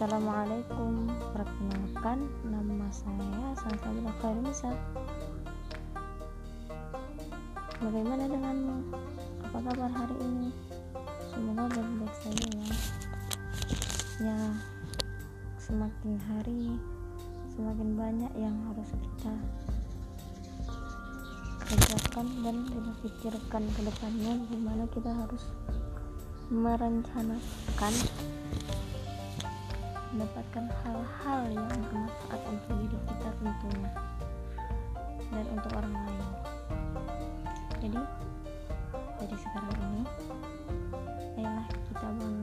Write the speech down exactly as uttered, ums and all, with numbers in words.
Assalamualaikum, perkenalkan nama saya Salsabila Khairunisa. Bagaimana denganmu? Apa kabar hari ini? Semoga baik-baik saja ya. Ya, semakin hari semakin banyak yang harus kita kerjakan dan kita pikirkan ke depannya, gimana kita harus merencanakan mendapatkan hal-hal yang bermanfaat untuk diri kita tentunya dan untuk orang lain. Jadi dari sekarang ini ayolah kita bangun